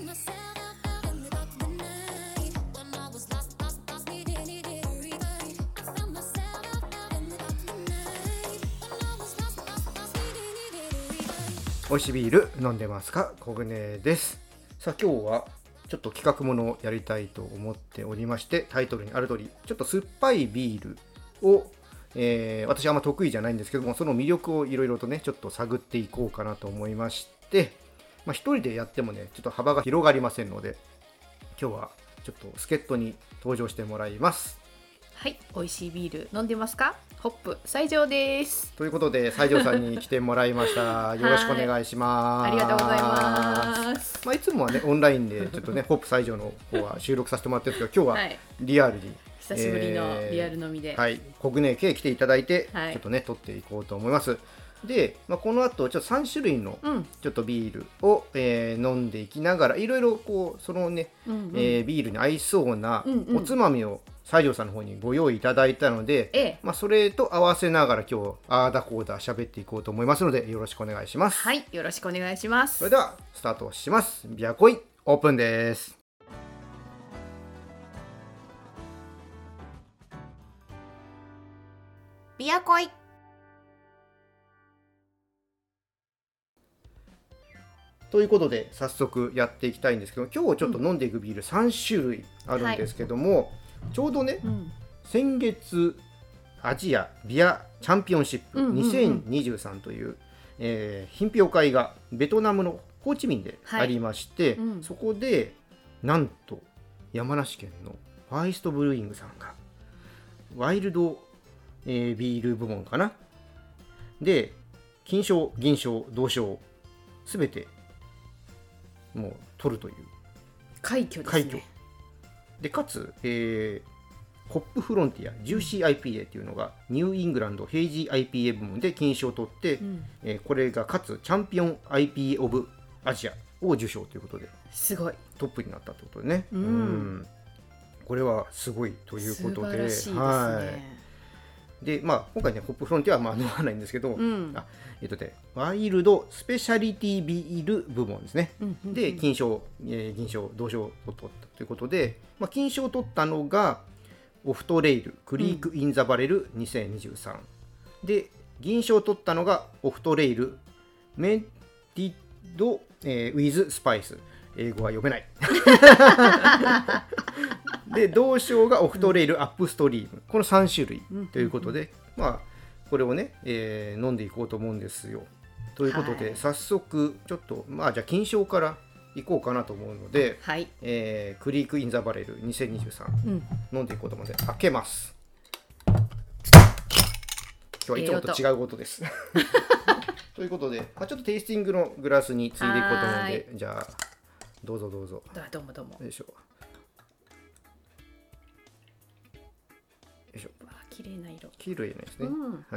美味しいビール飲んでますか？コグネです。さあ今日はちょっと企画ものをやりたいと思っておりまして、タイトルにある通りちょっと酸っぱいビールを、私はあんま得意じゃないんですけども、その魅力をいろいろとねちょっと探っていこうかなと思いまして、一人でやってもねちょっと幅が広がりませんので、今日はちょっと助っ人に登場してもらいます。 はい、美味しいビール飲んでますか？ホップ西条です。 ということで西条さんに来てもらいました。よろしくお願いします。 ありがとうございます。 いつもはねオンラインでちょっとねホップ西条の方は収録させてもらってるんですけど、今日はリアルに、 久しぶりのリアル飲みで、 コグネ系来ていただいて、 ちょっとね撮っていこうと思います。で、この後ちょっと3種類のちょっとビールを、飲んでいきながら、いろいろこうそのね、ビールに合いそうなおつまみを西条さんの方にご用意いただいたので、それと合わせながら今日あーだこーだ喋っていこうと思いますので、よろしくお願いします。 はい、よろしくお願いします。 それではスタートします。ビアコイオープンです。 ビアコイ。 ということで早速やっていきたいんですけど、今日ちょっと飲んでいくビール3種類あるんですけども、ちょうどね、先月アジアビアチャンピオンシップ2023という、品評会がベトナムのホーチミンでありまして、そこでなんと山梨県のファイストブルーイングさんがワイルド、ビール部門かなで金賞銀賞銅賞すべてもう取るという快挙ですね。 でかつ、ホップフロンティアジューシー IPA っていうのがニューイングランドヘイジー IPA 部門で金賞を取って、これがかつチャンピオン IPA オブアジアを受賞ということで、 すごいトップになったということでね、これはすごいということで、 素晴らしいですね。 で今回ねホップフロンティアは飲まないんですけど、ワイルドスペシャリティビール部門ですね、で金賞、銀賞銅賞を取ったということで、金賞を取ったのがオフトレイルクリーク・イン・ザ・バレル2023、で銀賞を取ったのがオフトレイルメンティド、ウィズ・スパイス、英語は読めないで同賞がオフトレイルアップストリーム、この3種類ということで、これをね、飲んでいこうと思うんですよ。ということで、早速ちょっとじゃあ金賞からいこうかなと思うので、クリーク・イン・ザ・バレル2023、飲んでいこうと思うので開けます。今日はいつもと違うことですということで、ちょっとテイスティングのグラスについでいこうと思うので、じゃあどうぞどうぞ。 どうもどうも。 よいしょ。よいしょ。 綺麗な色。 黄色いですね。はい。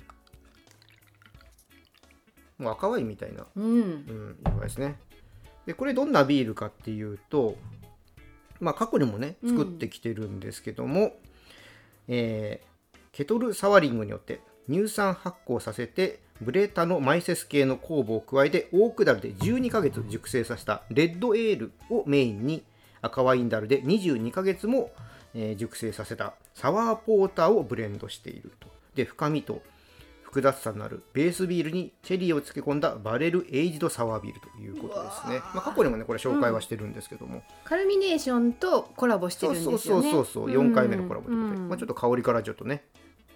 もう赤ワインみたいな、色ですね。でこれどんなビールかっていうと、過去にもね作ってきてるんですけども、ケトルサワリングによって乳酸発酵させてブレタノマイセス系の酵母を加えて大クダルで12ヶ月熟成させたレッドエールをメインに、赤ワインダルで22ヶ月も熟成させたサワーポーターをブレンドしていると。で深みと複雑さのあるベースビールにチェリーを漬け込んだバレルエイジドサワービールということですね。過去にもねこれ紹介はしてるんですけども、 カルミネーションとコラボしてるんですよね。 そう4回目のコラボということで、ちょっと香りからちょっとね、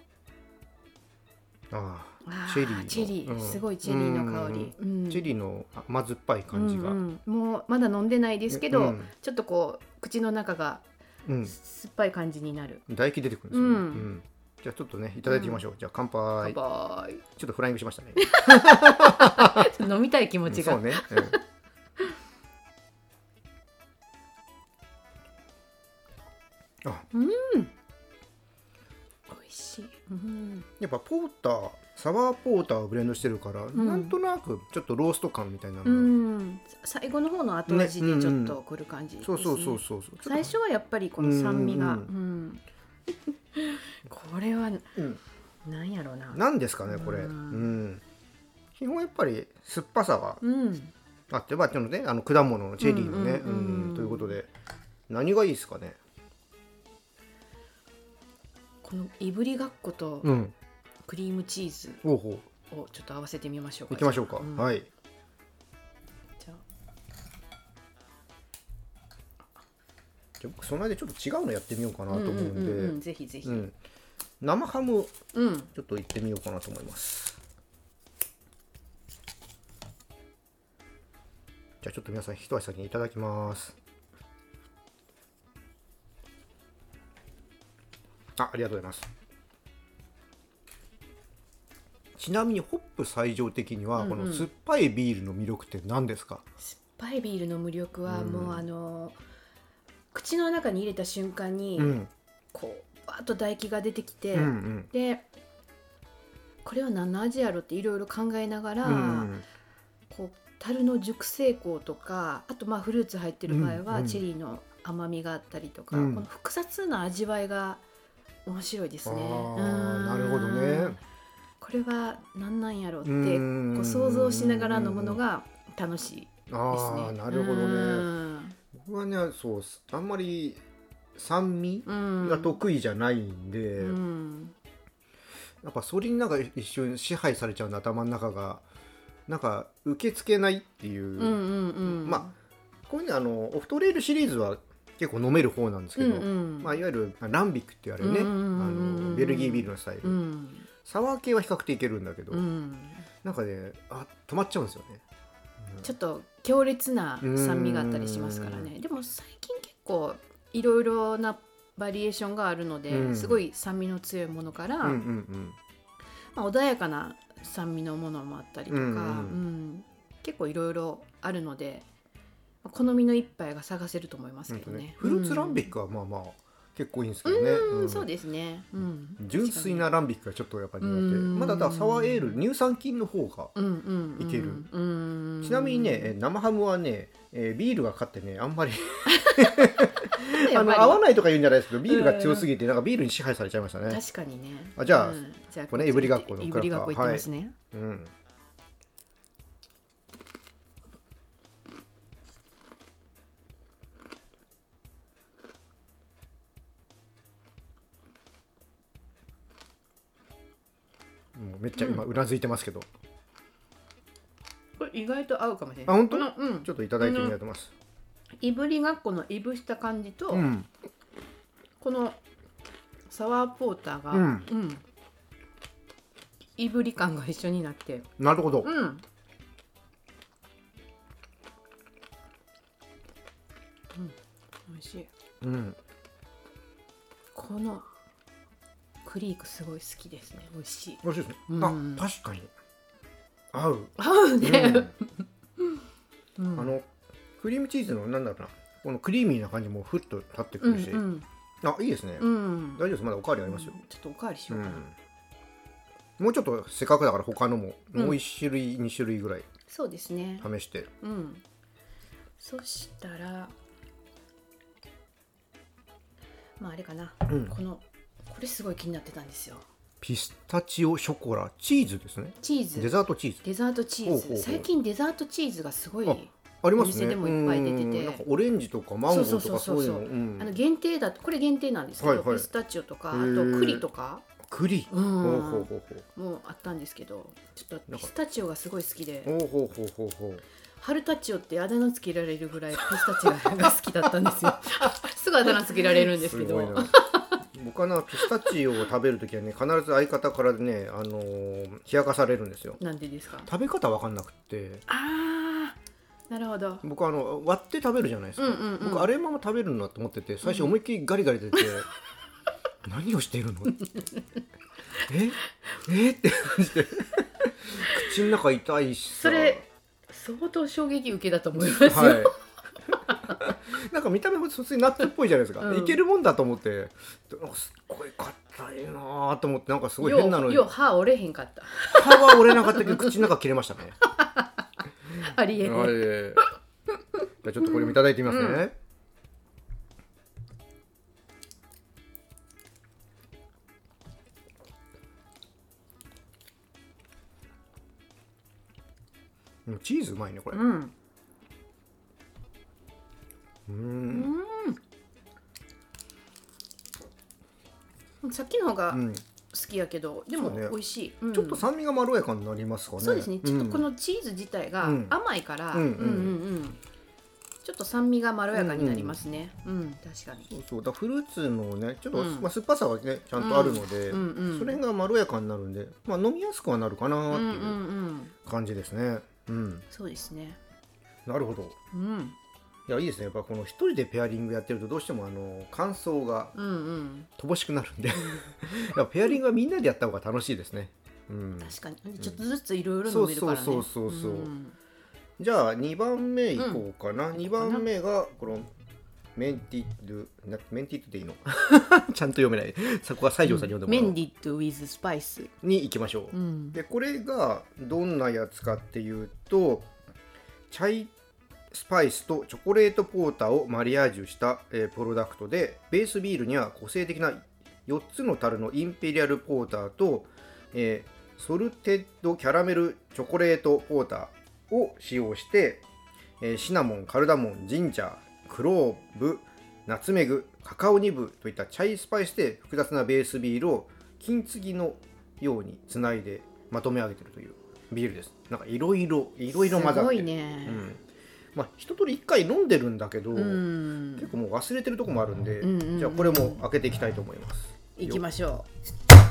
チェリー、 すごいチェリーの香り、 チェリーの甘酸っぱい感じが、 もうまだ飲んでないですけど、ちょっとこう口の中が酸っぱい感じになる、 唾液出てくるんですよ、じゃあちょっとねいただいてみましょう。じゃあ乾杯。ちょっとフライングしましたね飲みたい気持ちが。 そうね、 美味しい、 やっぱポーターサワーポーターをブレンドしてるから、なんとなくちょっとロースト感みたいなの、 最後の方の後味でちょっとくる感じですね。 そう最初はやっぱりこの酸味が、これは、なんやろうな、 なんですかねこれ、基本やっぱり酸っぱさがあってばっていうので果物のチェリーのねということで何がいいですかね。 このいぶりがっことクリームチーズをちょっと合わせてみましょうか。 いきましょうか。はい。 じゃあ僕その間でちょっと違うのやってみようかなと思うんで、 ぜひぜひ、 生ハムちょっといってみようかなと思います。じゃあちょっと皆さん一足先にいただきます。ありがとうございます。ちなみにホップ最上的にはこの酸っぱいビールの魅力って何ですか？ 酸っぱいビールの魅力はもう口の中に入れた瞬間にこうバーッと唾液が出てきて、でこれは何の味やろっていろいろ考えながら、こう樽の熟成香とか、あとフルーツ入ってる場合はチェリーの甘みがあったりとか、この複雑な味わいが面白いですね。 なるほどね。 これは何なんやろってこう想像しながら飲むのが楽しいですね。 なるほどね。僕はねあんまり酸味が得意じゃないんで、やっぱそれに一瞬支配されちゃうの、頭の中が受け付けないっていう。こういうねオフトレールシリーズは結構飲める方なんですけど、いわゆるランビックって言われるね、ベルギービールのスタイル、サワー系は比較的いけるんだけど、ね止まっちゃうんですよね。 ちょっと強烈な酸味があったりしますからね。でも最近結構いろいろなバリエーションがあるので、すごい酸味の強いものから、穏やかな酸味のものもあったりとか、結構いろいろあるので好みの一杯が探せると思いますけどね。 フルーツランビックは結構いいんですけどね。 そうですね。 純粋なランビックがちょっとやっぱり苦手。まだサワーエール乳酸菌の方がいける。ちなみにね生ハムはねビールが勝ってねあんまり合わないとか言うんじゃないですけど、ビールが強すぎてビールに支配されちゃいましたね。 確かにね。 じゃあこれいぶりがっこのいぶりがっこいってますね。 めっちゃ今うなずいてますけど、 これ意外と合うかもしれない。 本当？ちょっといただいてみたいと思います。 いぶりがっこのいぶした感じと、このサワーポーターが、いぶり感が一緒になって、 なるほど。美味しい。 このクリークすごい好きですね。美味しい。 美味しいですね。確かに合うね。 クリームチーズのこのクリーミーな感じもふっと立ってくるし、いいですね。大丈夫です。まだおかわりありますよ。 ちょっとおかわりしようかな。 もうちょっとせっかくだから他のももう1種類2種類ぐらいそうですね試して。 そしたらあれかな、これすごい気になってたんですよ。 ピスタチオショコラチーズですね。 チーズ、 デザートチーズ。最近デザートチーズがすごいありますね。 お店でもいっぱい出てて、 オレンジとかマンゴーとかそういうの限定だと、これ限定なんですけど、ピスタチオとかあと栗とかもうあったんですけど、ちょっとピスタチオがすごい好きで、ハルタチオってあだ名つけられるぐらいピスタチオが好きだったんですよ。すぐあだ名つけられるんですけど、 僕はピスタチオを食べるときはね必ず相方からね冷やかされるんですよ。 なんでですか？ 食べ方わかんなくて。 なるほど。 僕割って食べるじゃないですか。僕あれまま食べるんだと思ってて、最初思いっきりガリガリ出て何をしているのって感じで口の中痛いしさ、 それ相当衝撃受けだと思いますよ。 見た目も普通にナッツっぽいじゃないですか。いけるもんだと思って、すっごい硬いなと思って、すごい変なのに歯折れへんかった。 歯は折れなかったけど口の中切れましたね。 ありえない。 じゃあちょっとこれもいただいてみますね。チーズうまいねこれ。 さっきの方が好きやけど、でも美味しい、 ちょっと酸味がまろやかになりますかね。 そうですね、ちょっとこのチーズ自体が甘いから、ちょっと酸味がまろやかになりますね。確かに。 そうだ、フルーツのねちょっと、酸っぱさがねちゃんとあるので、それがまろやかになるんで、飲みやすくはなるかなっていう感じですね。 そうですね。 なるほど。いや、いいですね。やっぱこの一人でペアリングやってるとどうしても感想が乏しくなるんで、ペアリングはみんなでやった方が楽しいですね。 確かに。ちょっとずついろいろ飲めるからね。 そう。じゃあ2番目いこうかな。2番目がこのメンティッドでいいのちゃんと読めない。そこは西条さんに読んでもらおう。 メンディッド with スパイスに行きましょう。でこれがどんなやつかっていうと、チャイスパイスとチョコレートポーターをマリアージュした、プロダクトで、ベースビールには個性的な4つの樽のインペリアルポーターと、ソルテッドキャラメルチョコレートポーターを使用して、シナモン、カルダモン、ジンジャー、クローブ、ナツメグ、カカオニブといったチャイスパイスで複雑なベースビールを金継ぎのようにつないでまとめ上げているというビールです。なんかいろいろ混ざって、 すごいね。 一通り1回飲んでるんだけど、結構もう忘れてるとこもあるんで、じゃあこれも開けていきたいと思います。 いきましょう。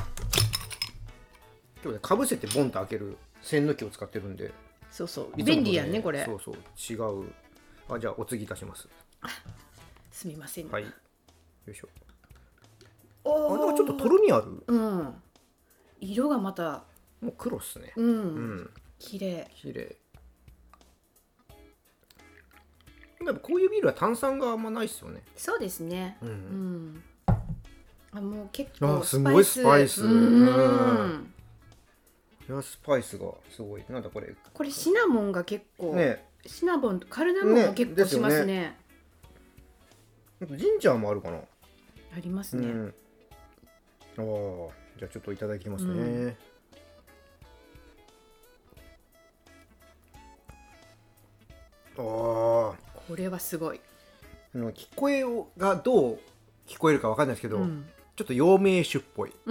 今日ね、かぶせてボンと開ける栓抜きを使ってるんで、 そう便利やんねこれ。 そう違う。じゃあお次いたします。 すみません。 はい。よいしょ。なんかちょっととろみある。 色がまたもう黒っすね。 綺麗。 でもこういうビールは炭酸があんまないっすよね。 そうですね。もう結構すごいスパイス。いや、スパイスがすごい。なんだこれ。 これシナモンが結構。シナモンとカルダモンも結構しますね。 ジンジャーもあるかな。 ありますね。 じゃあちょっといただきますね。 これはすごい。 聞こえがどう聞こえるかわかんないですけど、ちょっと陽明酒っぽい。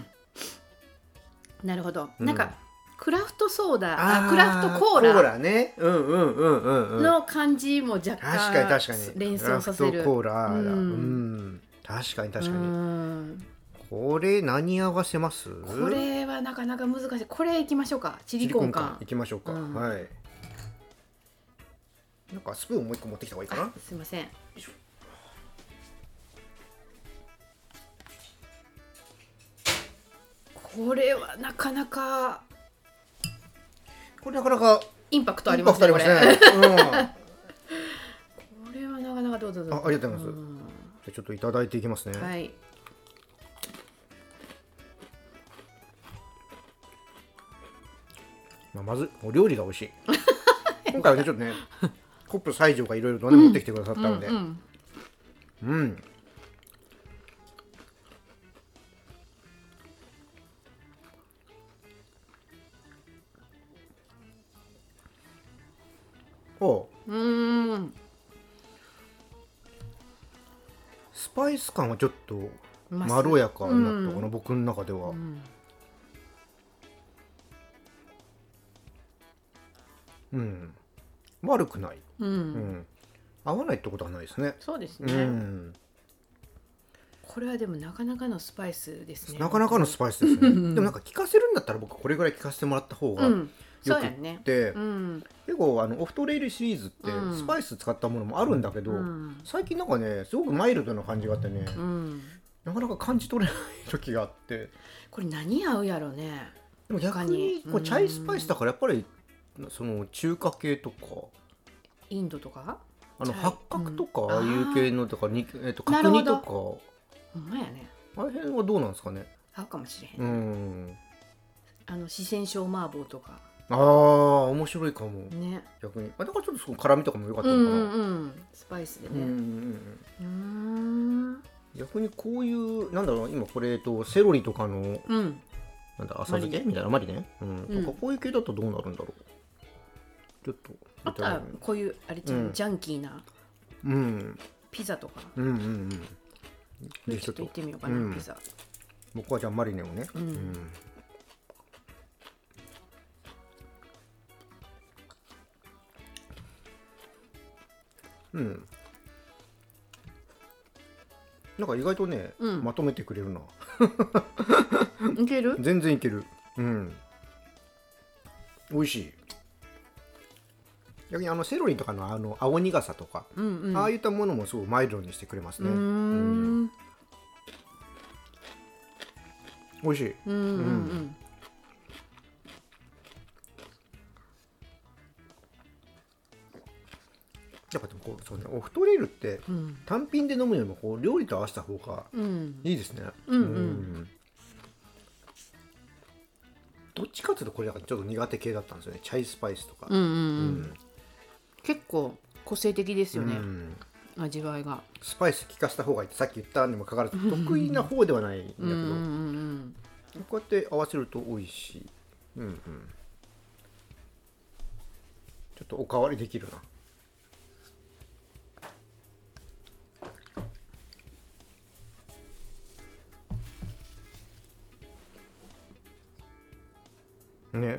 なるほど。なんかクラフトソーダ、クラフトコーラね。 の感じも若干確かに連想させる。 クラフトコーラだ。確かに。これ何合わせます？ これはなかなか難しい。これいきましょうか。チリコンカン。 いきましょうか。はい。なんかスプーンもう一個持ってきた方がいいかな。 すいません。これはなかなかインパクトありますね。これはなかなかどうぞ。 ありがとうございます。じゃあちょっといただいていきますね。 はい。 まずお料理が美味しい。今回はねちょっとねコップ西条がいろいろとね持ってきてくださったので、スパイス感はちょっとまろやかになったかな、僕の中では。悪くない。合わないってことはないですね。 そうですね。これはでもなかなかのスパイスですね。 なかなかのスパイスですね。でもなんか効かせるんだったら僕これぐらい効かせてもらった方がよくって、結構オフトレイルシリーズってスパイス使ったものもあるんだけど、最近なんかねすごくマイルドな感じがあってね、なかなか感じ取れない時があって。 これ何合うやろうね。 でも逆にこうチャイスパイスだからやっぱりその中華系とかインドとか八角とかああいう系のとか角煮とか、 ほんまやね。 あの辺はどうなんですかね。 合うかもしれへん。四川省麻婆とか。 面白いかもね。 逆にだからちょっとその辛みとかも良かったのかな。 スパイスでね。 逆にこういうなんだろう、今これセロリとかのなんだ浅漬けみたいなマリネとかこういう系だとどうなるんだろう。ちょっとあとはこういうあれじゃん、ジャンキーなうん、 ピザとか、 うんうんうん、 でちょっと行ってみようかな、ピザ。 僕はじゃあマリネをね、なんか意外とね、まとめてくれるな。 いける？ 全然いける。美味しい。逆にセロリとかの青苦さとか、ああいったものもすごいマイルドにしてくれますね。美味しい。やっぱでもこうそうね、オフトレールって単品で飲むよりもこう料理と合わせた方がいいですね。どっちかっていうとこれなんかちょっと苦手系だったんですよね。チャイスパイスとか。 結構個性的ですよね。味わいが。 スパイス効かせた方がいいってさっき言ったにもかかわらず得意な方ではないんだけど、こうやって合わせると美味しい。ちょっとおかわりできるな。ね、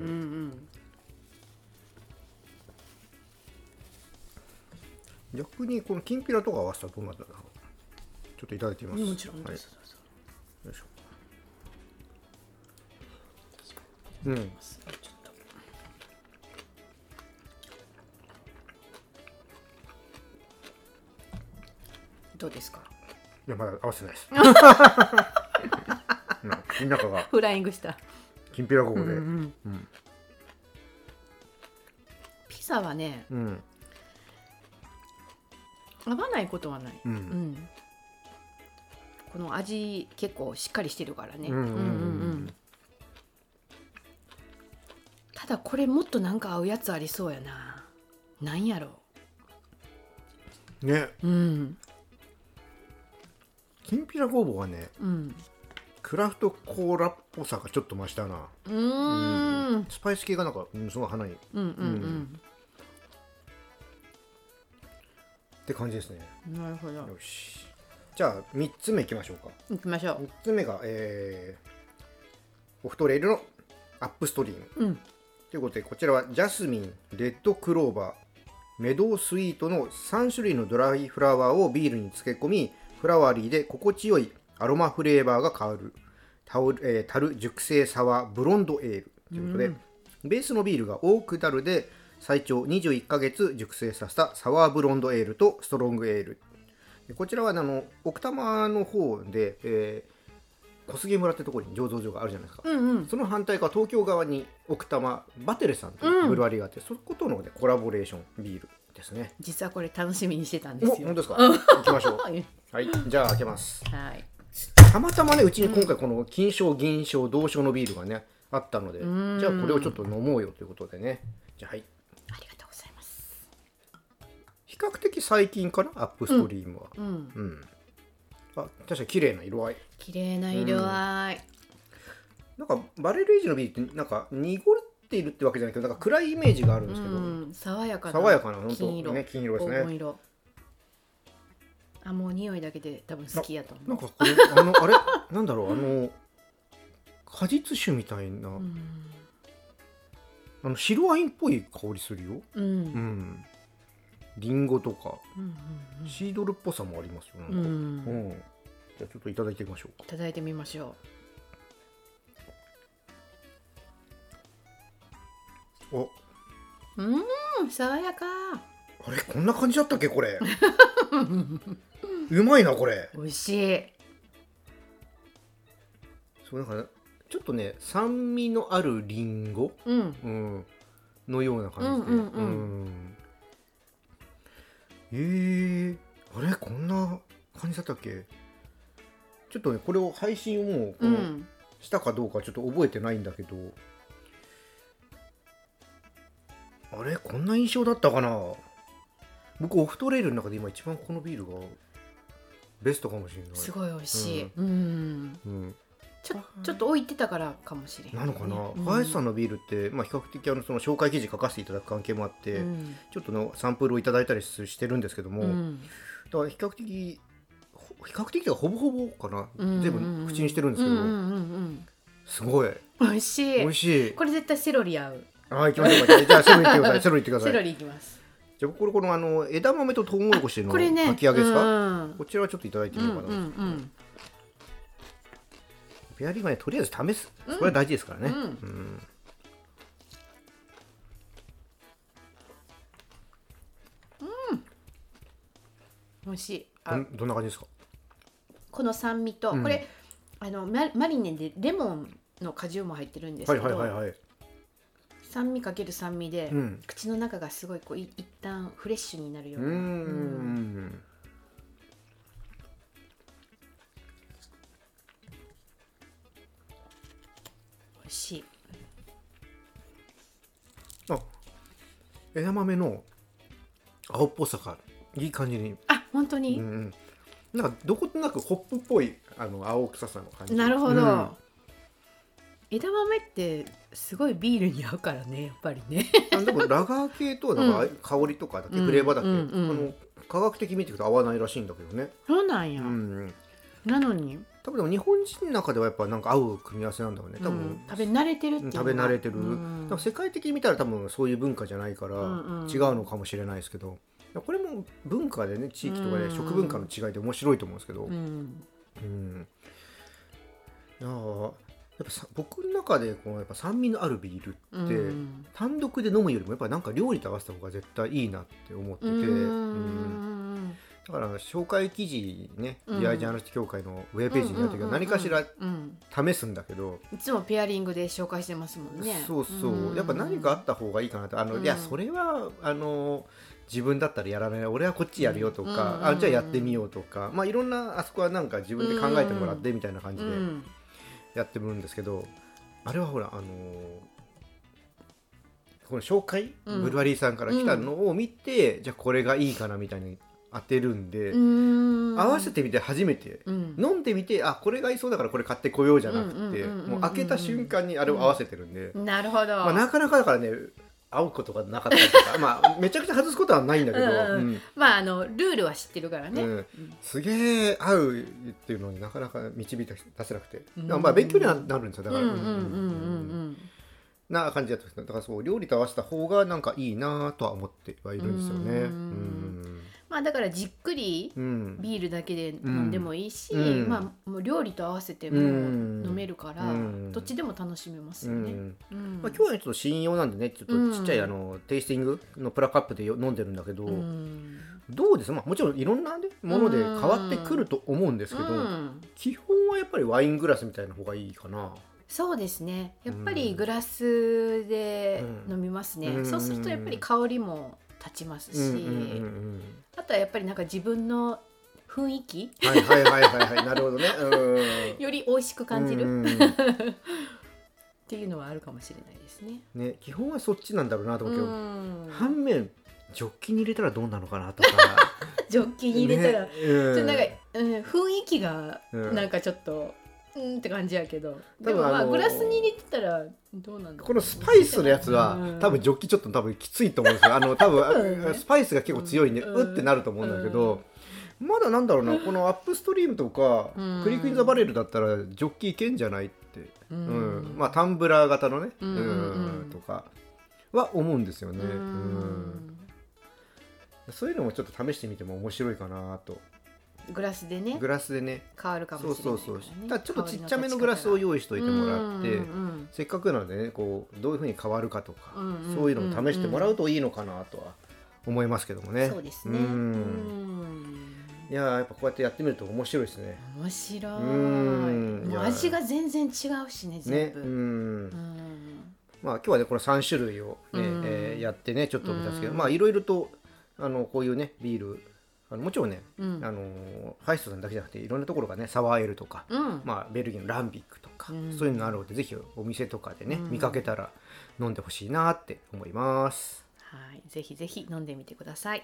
逆にこのきんぴらとか合わせたらどうなんだろう。ちょっといただいてみます。 もちろんです。 よいしょ。 どうですか？ いやまだ合わせてないです。みんながフライングしたきんぴらごぼうで、 ピザはね、合わないことはない。この味結構しっかりしてるからね。ただこれもっとなんか合うやつありそうやな。なんやろうね。きんぴらごぼうはね、クラフトコーラっぽさがちょっと増したな。スパイス系がなんか、すごい鼻にって感じですね。 なるほど。 よし。じゃあ3つ目いきましょうか。 いきましょう。 3つ目が、オフトレイルのアップストリーム、ということでこちらはジャスミン、レッドクローバー、メドウスイートの3種類のドライフラワーをビールに漬け込み、フラワーリーで心地よいアロマフレーバーが香る樽熟成サワーブロンドエールということで、ベースのビールがオークダルで最長21ヶ月熟成させたサワーブロンドエールとストロングエール。こちらは奥多摩の方で、小菅村ってところに醸造所があるじゃないですか、その反対側東京側に奥多摩バテレさんというブルワリーがあって、そことの、コラボレーションビールですね。 実はこれ楽しみにしてたんですよ。 本当ですか？行きましょう。はい、じゃあ開けます。たまたまね、うちに今回この金賞銀賞銅賞のビールがねあったので、じゃあこれをちょっと飲もうよということでね。じゃあありがとうございます。 比較的最近かな、アップストリームは。あ、確かに綺麗な色合い。 綺麗な色合い。 なんかバレルエイジのビールってなんか濁っているってわけじゃないけど、なんか暗いイメージがあるんですけど、 爽やかな本当ね、金色ですね。 黄金色。あ、もう匂いだけで多分好きやと思う。 なんかこれあれなんだろう、果実酒みたいな、白ワインっぽい香りするよ。リンゴとか、シードルっぽさもありますよ。じゃあちょっといただいてみましょうか。 いただいてみましょう。爽やか。 あれ、こんな感じだったっけこれ。うまいなこれ。 美味しい。 そう、なんかちょっとね、酸味のあるリンゴ、のような感じで。あれ、こんな感じだったっけ。ちょっとね、これを配信をもうしたかどうかちょっと覚えてないんだけど、あれ、こんな印象だったかな。僕オフトレイルの中で今一番このビールがベストかもしれない。 すごい美味しい。 ちょっと置いてたからかもしれない、 なのかな。林さんのビールって、比較的その紹介記事書かせていただく関係もあって、ちょっとのサンプルをいただいたりしてるんですけども、だから比較的はほぼほぼかな、全部口にしてるんですけど、すごい美味しい。 美味しい。 これ絶対セロリ合う。 行きましょうか。じゃあセロリ行ってください。セロリ行ってください。 セロリ行きます。 じゃあこの枝豆とトウモロコシのかき揚げですか、こちらはちょっといただいてみようかな。ペアリングはね、とりあえず試す、それは大事ですからね。 美味しい。 どんな感じですか。 この酸味と、これマリネでレモンの果汁も入ってるんですけど、酸味かける酸味で、口の中がすごい一旦フレッシュになるような。美味しい。 枝豆の青っぽさがいい感じに。 本当に、 なんかどことなくホップっぽい青臭さの感じ。 なるほど、枝豆ってすごいビールに合うからね、やっぱりね。 でもラガー系となんか香りとかだけ、フレーバーだけ、科学的に見ていくと合わないらしいんだけどね。 そうなんや。なのに多分でも日本人の中ではやっぱなんか合う組み合わせなんだろうね。多分食べ慣れてるっていう。 食べ慣れてる。多分世界的に見たら多分そういう文化じゃないから違うのかもしれないですけど、これも文化でね、地域とかで食文化の違いで面白いと思うんですけど、やっぱ僕の中でやっぱ酸味のあるビールって単独で飲むよりもやっぱなんか料理と合わせた方が絶対いいなって思ってて、だから紹介記事ね、ビアジャーナリスト協会のウェブページにやるときは何かしら試すんだけど、 いつもペアリングで紹介してますもんね。 そうそう、やっぱ何かあった方がいいかなと。いやそれは自分だったらやらない、俺はこっちやるよとか、じゃあやってみようとか、いろんなあそこはなんか自分で考えてもらってみたいな感じでやってるんですけど、あれはほらこの紹介、ブルワリーさんから来たのを見て、じゃあこれがいいかなみたいに当てるんで、合わせてみて初めて、飲んでみて、これがいそうだからこれ買ってこようじゃなくて、もう開けた瞬間にあれを合わせてるんで、 なるほど。 なかなかだからね、合うことがなかったりとか、めちゃくちゃ外すことはないんだけど、ルールは知ってるからね、 すげえ合うっていうのになかなか導いて出せなくて、勉強にはなるんですよ。だからな感じだったんです。だからそう、料理と合わせた方がなんかいいなとは思ってはいるんですよね。 だからじっくりビールだけで飲んでもいいし、もう料理と合わせても飲めるから、どっちでも楽しめますよね。 今日はちょっと試飲用なんでね、ちょっとちっちゃいテイスティングのプラカップで飲んでるんだけど、どうです？もちろんいろんな、ね、もので変わってくると思うんですけど、基本はやっぱりワイングラスみたいな方がいいかな。 そうですね、やっぱりグラスで飲みますね。そうするとやっぱり香りも立ちますし、あとはやっぱりなんか自分の雰囲気なるほどね、 より美味しく感じるっていうのはあるかもしれないですね。 基本はそっちなんだろうなと思うけど、反面ジョッキに入れたらどうなのかなとかジョッキに入れたら、なんか、雰囲気がなんかちょっとって感じやけど、でもグラスに入れてたらどうなんだろう。 このスパイスのやつは、多分ジョッキちょっと多分きついと思うんですよ。多分スパイスが結構強いんでってなると思うんだけど、まだなんだろうな、このアップストリームとか、クリークインザバレルだったらジョッキいけんじゃないって、タンブラー型のね、とかは思うんですよね。そういうのもちょっと試してみても面白いかなと。 グラスでね変わるかもしれないからね。 だちょっとちっちゃめのグラスを用意しておいてもらって、せっかくなのでね、こうどういう風に変わるかとか、そういうのも試してもらうといいのかなとは思いますけどもね。 そうですね。 いややっぱこうやってやってみると面白いですね。 面白い。もう味が全然違うしね、全部。 今日はねこの3種類をね、やってねちょっと見たんですけど、いろいろとこういうねビールもちろんね、ファイストさんだけじゃなくていろんなところがね、サワーエールとか、ベルギーのランビックとか、そういうのがあるのでぜひお店とかでね、見かけたら飲んでほしいなって思います。 はい、ぜひぜひ飲んでみてください。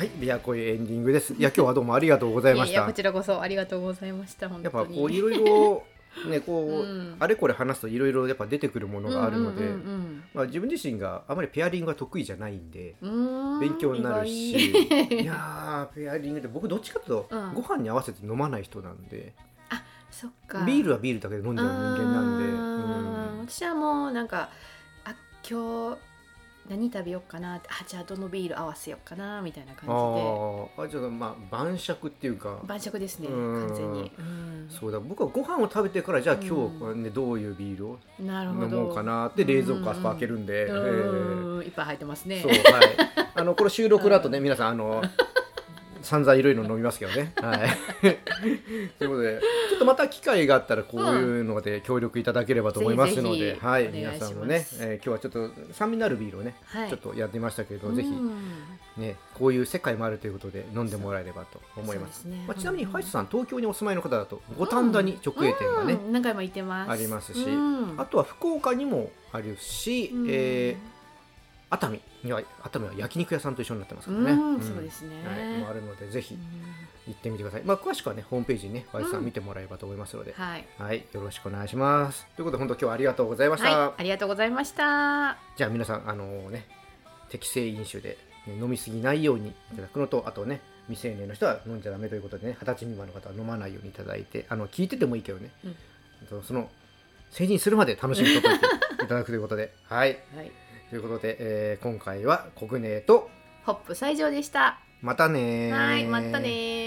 はい、ビアコイエンディングです。いや今日はどうもありがとうございました。 いやこちらこそありがとうございました。本当にやっぱこういろいろねこう、あれこれ話すといろいろやっぱ出てくるものがあるので、まあ自分自身があまりペアリングが得意じゃないんで勉強になるし、いやペアリングって僕どっちかというと、ご飯に合わせて飲まない人なんで。 あ、そっか。 ビールはビールだけで飲んじゃう人間なんで、私はもうなんか今日何食べようかなって、じゃあどのビール合わせようかなみたいな感じで、 じゃあまあ晩酌っていうか晩酌ですね、完全に。 そうだ、僕はご飯を食べてからじゃあ今日、ね、どういうビールを飲もうかなって冷蔵庫あそこ開けるんで、 いっぱい入ってますね。 そう、はい、これ収録だとね皆さん散々いろいろ飲みますけどね。はい。ということで、ちょっとまた機会があったらこういうので協力いただければと思いますので、はい、皆さんもね、今日はちょっと酸味のあるビールをね、ちょっとやってみましたけど、ぜひねこういう世界もあるということで飲んでもらえればと思います。まあちなみにファイスさん東京にお住まいの方だと五反田に直営店がね何回も行ってます。 ありますし、あとは福岡にもあるし、熱海は焼肉屋さんと一緒になってますからね。 そうですね。 もあるのでぜひ行ってみてください。まあ詳しくはねホームページにねファイスさん見てもらえればと思いますので、はい、よろしくお願いします。ということで本当今日はありがとうございました。 ありがとうございました。 じゃあ皆さんね適正飲酒で、飲みすぎないようにいただくのと、あとね未成年の人は飲んじゃダメということでね、20歳未満の方は飲まないようにいただいて、聞いててもいいけどね、その成人するまで楽しみにとっていただくということで、はい。ということで、今回はコグネとホップ西条でした。 またね。 はい、またね。